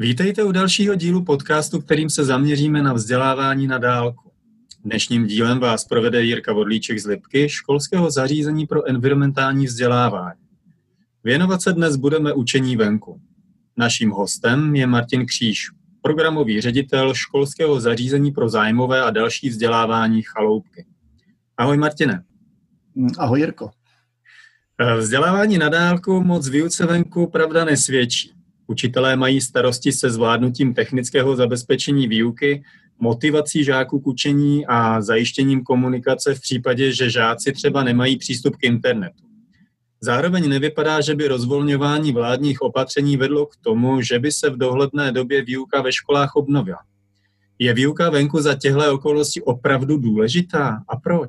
Vítejte u dalšího dílu podcastu, kterým se zaměříme na vzdělávání na dálku. Dnešním dílem vás provede Jirka Vodlíček z Lipky, školského zařízení pro environmentální vzdělávání. Věnovat se dnes budeme učení venku. Naším hostem je Martin Kříž, programový ředitel školského zařízení pro zájmové a další vzdělávání Chaloupky. Ahoj Martine. Ahoj Jirko. Vzdělávání na dálku moc výuce venku pravda nesvědčí. Učitelé mají starosti se zvládnutím technického zabezpečení výuky, motivací žáků k učení a zajištěním komunikace v případě, že žáci třeba nemají přístup k internetu. Zároveň nevypadá, že by rozvolňování vládních opatření vedlo k tomu, že by se v dohledné době výuka ve školách obnovila. Je výuka venku za těchto okolností opravdu důležitá a proč?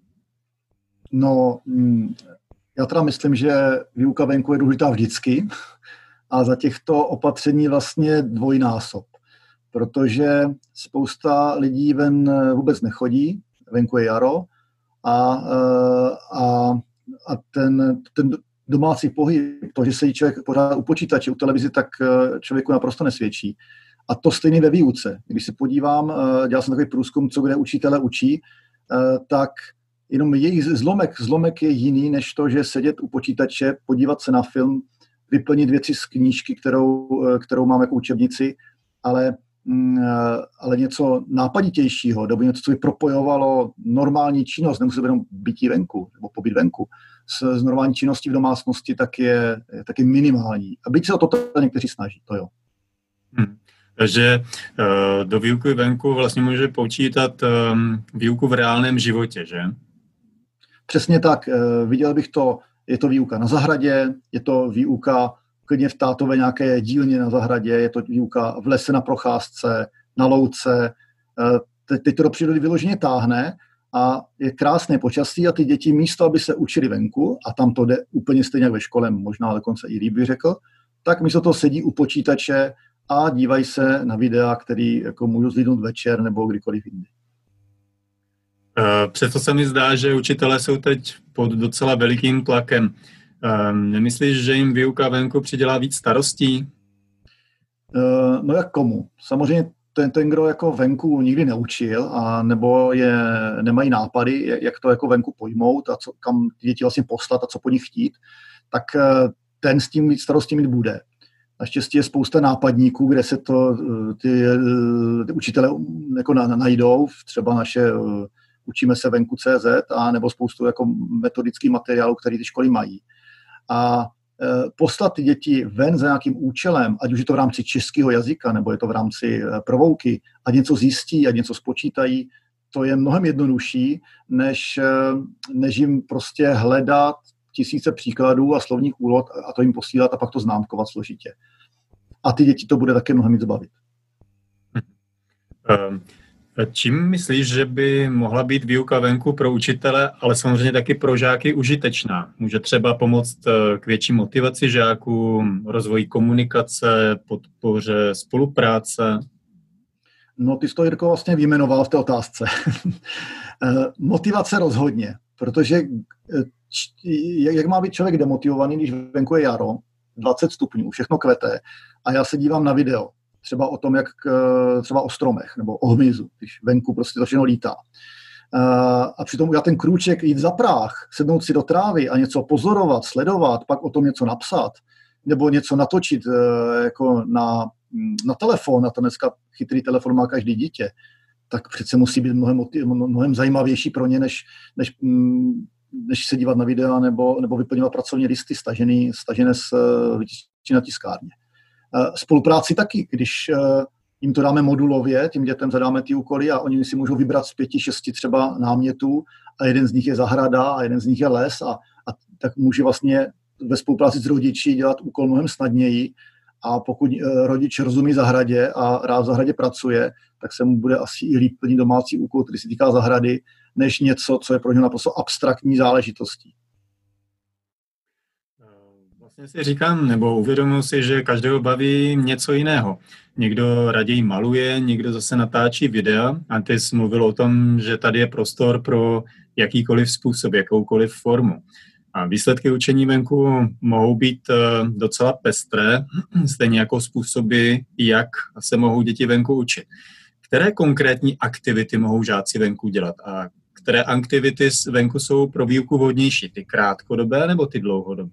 No, já teda myslím, že výuka venku je důležitá vždycky a za těchto opatření vlastně dvojnásob, protože spousta lidí ven vůbec nechodí, venku je jaro a ten domácí pohyb, to, že sedí člověk pořád u počítače, u televize, tak člověku naprosto nesvědčí. A to stejně ve výuce. Když se podívám, dělal jsem takový průzkum, co kde učitelé učí, tak jenom jejich zlomek je jiný, než to, že sedět u počítače, podívat se na film, vyplnit věci z knížky, kterou mám jako učebnici, ale něco nápaditějšího, nebo něco, co by propojovalo normální činnost, nemusí být jenom bytí venku, nebo pobyt venku, s normální činností v domácnosti, tak je minimální. A byť se o to někteří snaží, to jo. Takže do výuky venku vlastně může počítat výuku v reálném životě, že? Přesně tak. Viděl bych to, je to výuka na zahradě, je to výuka klidně v tátové nějaké dílně na zahradě, je to výuka v lese na procházce, na louce. Teď to do přírody vyloženě táhne a je krásné počasí a ty děti místo, aby se učili venku, a tam to jde úplně stejně jak ve škole, možná dokonce i líp bych řekl, tak místo toho sedí u počítače a dívají se na videa, který jako můžu zlídnout večer nebo kdykoliv jindy. Přesto se mi zdá, že učitelé jsou teď pod docela velikým tlakem. Nemyslíš, že jim výuka venku přidělá víc starostí? No jak komu? Samozřejmě ten, kdo jako venku nikdy neučil a nebo nemají nápady, jak to jako venku pojmout a kam ty děti vlastně poslat a co po nich chtít, tak ten s tím starostí mít bude. Naštěstí je spousta nápadníků, kde se to ty učitelé jako najdou, třeba naše učíme se venku.cz a nebo spoustu jako metodických materiálů, které ty školy mají. A poslat ty děti ven za nějakým účelem, ať už je to v rámci českého jazyka, nebo je to v rámci provouky, a něco zjistí a něco spočítají, to je mnohem jednodušší, než jim prostě hledat tisíce příkladů a slovních úlod a to jim posílat a pak to známkovat složitě. A ty děti to bude také mnohem víc bavit. Čím myslíš, že by mohla být výuka venku pro učitele, ale samozřejmě taky pro žáky užitečná? Může třeba pomoct k větší motivaci žáků, rozvoji komunikace, podpoře spolupráce? No, ty jsi to, Jirko, vlastně vyjmenoval v té otázce. Motivace rozhodně, protože jak má být člověk demotivovaný, když venku je jaro, 20 stupňů, všechno kvete a já se dívám na video, třeba o tom, třeba o stromech nebo o hmyzu, když venku prostě to všechno lítá. A přitom udělat ten krůček, jít za práh, sednout si do trávy a něco pozorovat, sledovat, pak o tom něco napsat, nebo něco natočit jako na telefon, a to dneska chytrý telefon má každý dítě, tak přece musí být mnohem zajímavější pro ně, než se dívat na videa nebo vyplňovat pracovní listy stažené z vytištění na tiskárně. Spolupráci taky, když jim to dáme modulově, tím dětem zadáme ty úkoly a oni si můžou vybrat z 5-6 třeba námětů a jeden z nich je zahrada a jeden z nich je les a tak může vlastně ve spolupráci s rodiči dělat úkol mnohem snadněji a pokud rodič rozumí zahradě a rád v zahradě pracuje, tak se mu bude asi i líp plnit domácí úkol, který se týká zahrady, než něco, co je pro něj naprosto abstraktní záležitostí. Vlastně si říkám, nebo uvědomuji si, že každého baví něco jiného. Někdo raději maluje, někdo zase natáčí videa a ty jsi mluvil o tom, že tady je prostor pro jakýkoliv způsob, jakoukoliv formu. A výsledky učení venku mohou být docela pestré, stejně jako způsoby, jak se mohou děti venku učit. Které konkrétní aktivity mohou žáci venku dělat a které aktivity venku jsou pro výuku vhodnější? Ty krátkodobé nebo ty dlouhodobé?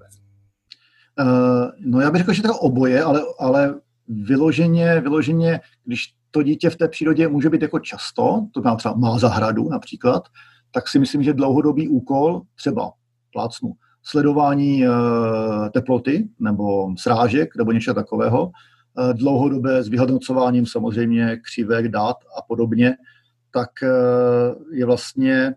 No já bych řekl, že to oboje, ale vyloženě, když to dítě v té přírodě může být jako často, to třeba má zahradu například, tak si myslím, že dlouhodobý úkol, třeba plácnu, sledování teploty nebo srážek nebo něco takového, dlouhodobé s vyhodnocováním samozřejmě křivek, dat a podobně, tak je vlastně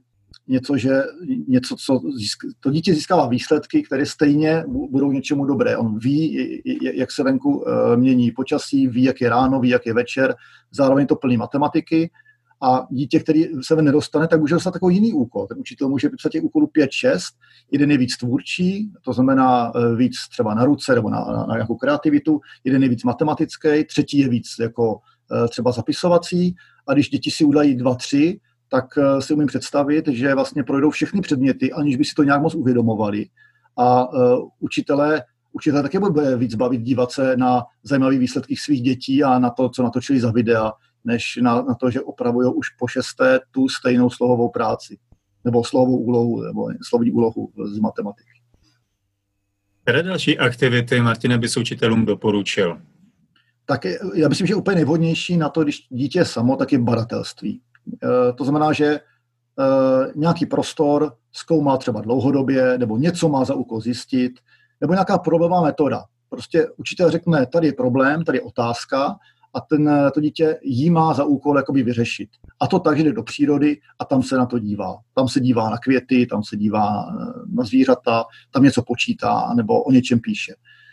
něco, co to dítě získává výsledky, které stejně budou něčemu dobré. On ví, jak se venku mění počasí, ví, jak je ráno, ví, jak je večer, zároveň to plný matematiky a dítě, který se ven nedostane, tak může dostat takový jiný úkol. Ten učitel může vypsat těch úkolů 5-6, jeden je víc tvůrčí, to znamená víc třeba na ruce nebo na nějakou kreativitu, jeden je víc matematický, třetí je víc jako třeba zapisovací a když děti si udají 2-3, tak si umím představit, že vlastně projdou všechny předměty, aniž by si to nějak moc uvědomovali. A učitelé také bude víc bavit dívat se na zajímavé výsledky svých dětí a na to, co natočili za videa, než na to, že opravují už po 6. tu stejnou slohovou práci, nebo slohovou úlohu, nebo slovní úlohu z matematiky. Které další aktivity, Martine, bys učitelům doporučil? Tak já myslím, že úplně nejvhodnější na to, když dítě je samo, tak je badatelství. To znamená, že nějaký prostor zkoumá třeba dlouhodobě, nebo něco má za úkol zjistit, nebo nějaká problémová metoda. Prostě učitel řekne, tady je problém, tady je otázka a to dítě jí má za úkol jakoby vyřešit. A to tak, že jde do přírody a tam se na to dívá. Tam se dívá na květy, tam se dívá na zvířata, tam něco počítá nebo o něčem píše.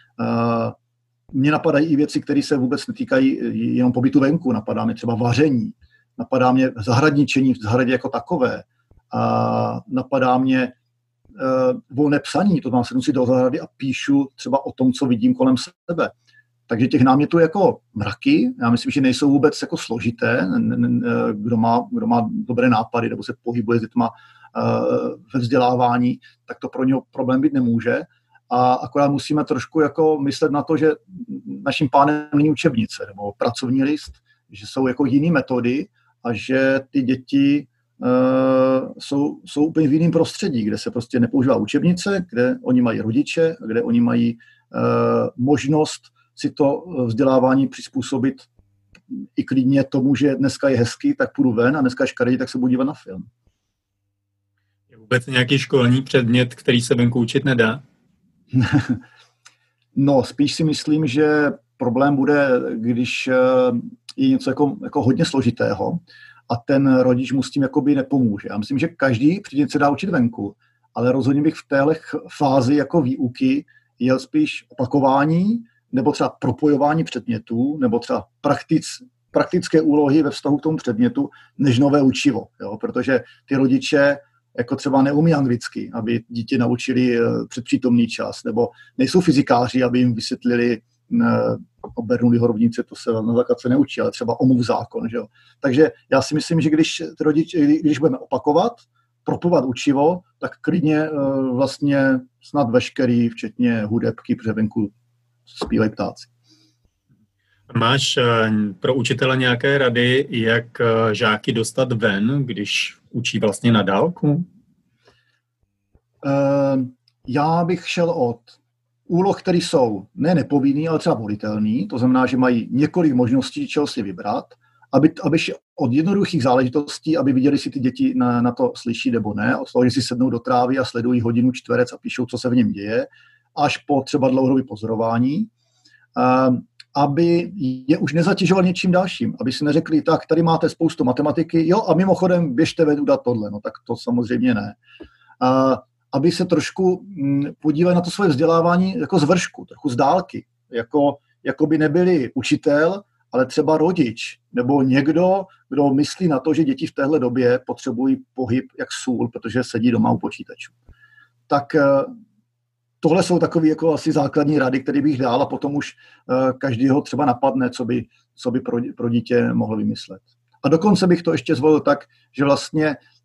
Mně napadají i věci, které se vůbec netýkají jenom pobytu venku. Napadá mě třeba vaření, napadá mě zahradničení v zahradě jako takové, a napadá mě volné psaní, to znamená, sednu si do zahrady a píšu třeba o tom, co vidím kolem sebe. Takže těch námětů jako mraky, já myslím, že nejsou vůbec jako složité, kdo má dobré nápady nebo se pohybuje s dětma ve vzdělávání, tak to pro něho problém být nemůže. A akorát musíme trošku jako myslet na to, že naším pánem není učebnice nebo pracovní list, že jsou jako jiné metody a že ty děti jsou úplně v jiném prostředí, kde se prostě nepoužívá učebnice, kde oni mají rodiče, kde oni mají možnost si to vzdělávání přizpůsobit i klidně tomu, že dneska je hezky, tak půjdu ven a dneska je škaredý, tak se budu dívat na film. Je vůbec nějaký školní předmět, který se venku učit nedá? No, spíš si myslím, že problém bude, když je něco jako hodně složitého a ten rodič mu s tím jakoby nepomůže. Já myslím, že každý předmět se dá učit venku, ale rozhodně bych v téhle fázi jako výuky jel spíš opakování nebo třeba propojování předmětů nebo třeba praktické úlohy ve vztahu k tomu předmětu, než nové učivo. Jo? Protože ty rodiče jako třeba neumí anglicky, aby dítě naučili předpřítomný čas, nebo nejsou fyzikáři, aby jim vysvětlili o Bernoulliho rovnice, to se na základce neučí, ale třeba Ohmův zákon. Že jo? Takže já si myslím, že když budeme opakovat, propovat učivo, tak klidně vlastně snad veškerý, včetně hudebky, protože venku zpívají ptáci. Máš pro učitele nějaké rady, jak žáky dostat ven, když učí vlastně na dálku? Já bych šel od úloh, které jsou ne nepovinný, ale třeba volitelný, to znamená, že mají několik možností, čeho si vybrat, aby od jednoduchých záležitostí, aby viděli, si ty děti na to slyší nebo ne, od toho, že si sednou do trávy a sledují hodinu čtverec a píšou, co se v něm děje, až po třeba dlouhodobé pozorování, aby je už nezatěžoval něčím dalším, aby si neřekli, tak tady máte spoustu matematiky, jo a mimochodem běžte ven udat tohle, no tak to samozřejmě ne. Aby se trošku podívali na to svoje vzdělávání jako z vršku, trochu z dálky, jako by nebyli učitel, ale třeba rodič, nebo někdo, kdo myslí na to, že děti v téhle době potřebují pohyb jak sůl, protože sedí doma u počítačů. Tak tohle jsou takové jako asi základní rady, které bych dal a potom už každýho třeba napadne, co by pro dítě mohl vymyslet. A dokonce bych to ještě zvolil tak, že vlastně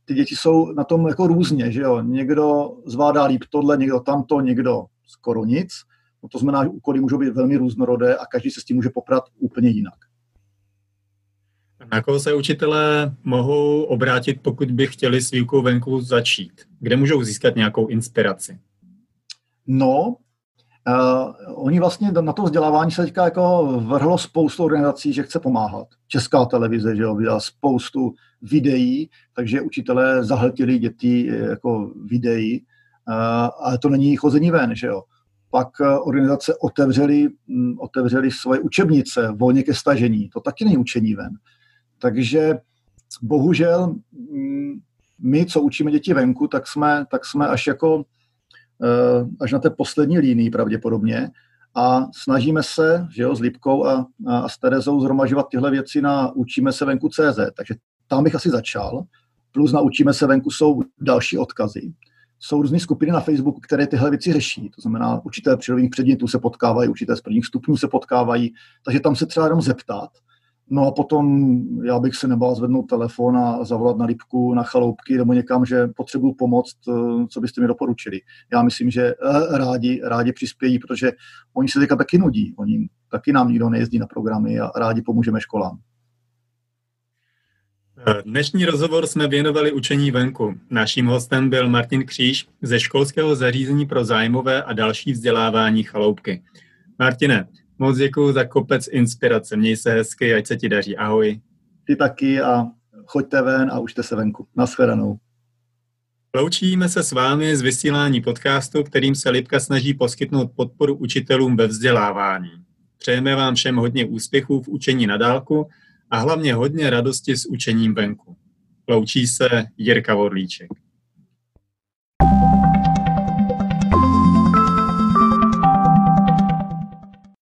ty děti jsou na tom jako různě, že jo. Někdo zvládá líp tohle, někdo tamto, někdo skoro nic. No to znamená, že úkoly můžou být velmi různorodé a každý se s tím může poprat úplně jinak. Na koho se učitelé mohou obrátit, pokud by chtěli s výukou venku začít? Kde můžou získat nějakou inspiraci? No, oni vlastně na to vzdělávání se teďka jako vrhlo spoustu organizací, že chce pomáhat. Česká televize, že jo, vydala spoustu videí, takže učitelé zahltili děti jako videí, ale to není chození ven, že jo. Pak organizace otevřely svoje učebnice volně ke stažení. To taky není učení ven. Takže bohužel my, co učíme děti venku, tak jsme až na té poslední línii pravděpodobně a snažíme se, že jo, s Lipkou a s Terezou zhromažďovat tyhle věci na učíme se venku.cz, takže tam bych asi začal, plus na učíme se venku jsou další odkazy. Jsou různé skupiny na Facebooku, které tyhle věci řeší, to znamená učitelé přírodních předmětů se potkávají, učitelé z prvních stupňů se potkávají, takže tam se třeba jenom zeptat. No a potom já bych se nebál zvednout telefon a zavolat na Lipku, na Chaloupky nebo někam, že potřebuju pomoct, co byste mi doporučili. Já myslím, že rádi přispějí, protože oni se teďka taky nudí. Oni taky nám nikdo nejezdí na programy a rádi pomůžeme školám. Dnešní rozhovor jsme věnovali učení venku. Naším hostem byl Martin Kříž ze školského zařízení pro zájmové a další vzdělávání Chaloupky. Martine, moc děkuju za kopec inspirace. Měj se hezky, ať se ti daří. Ahoj. Ty taky a choďte ven a učte se venku. Nashledanou. Loučíme se s vámi z vysílání podcastu, kterým se Lipka snaží poskytnout podporu učitelům ve vzdělávání. Přejeme vám všem hodně úspěchů v učení na dálku a hlavně hodně radosti s učením venku. Loučí se Jirka Vodlíček.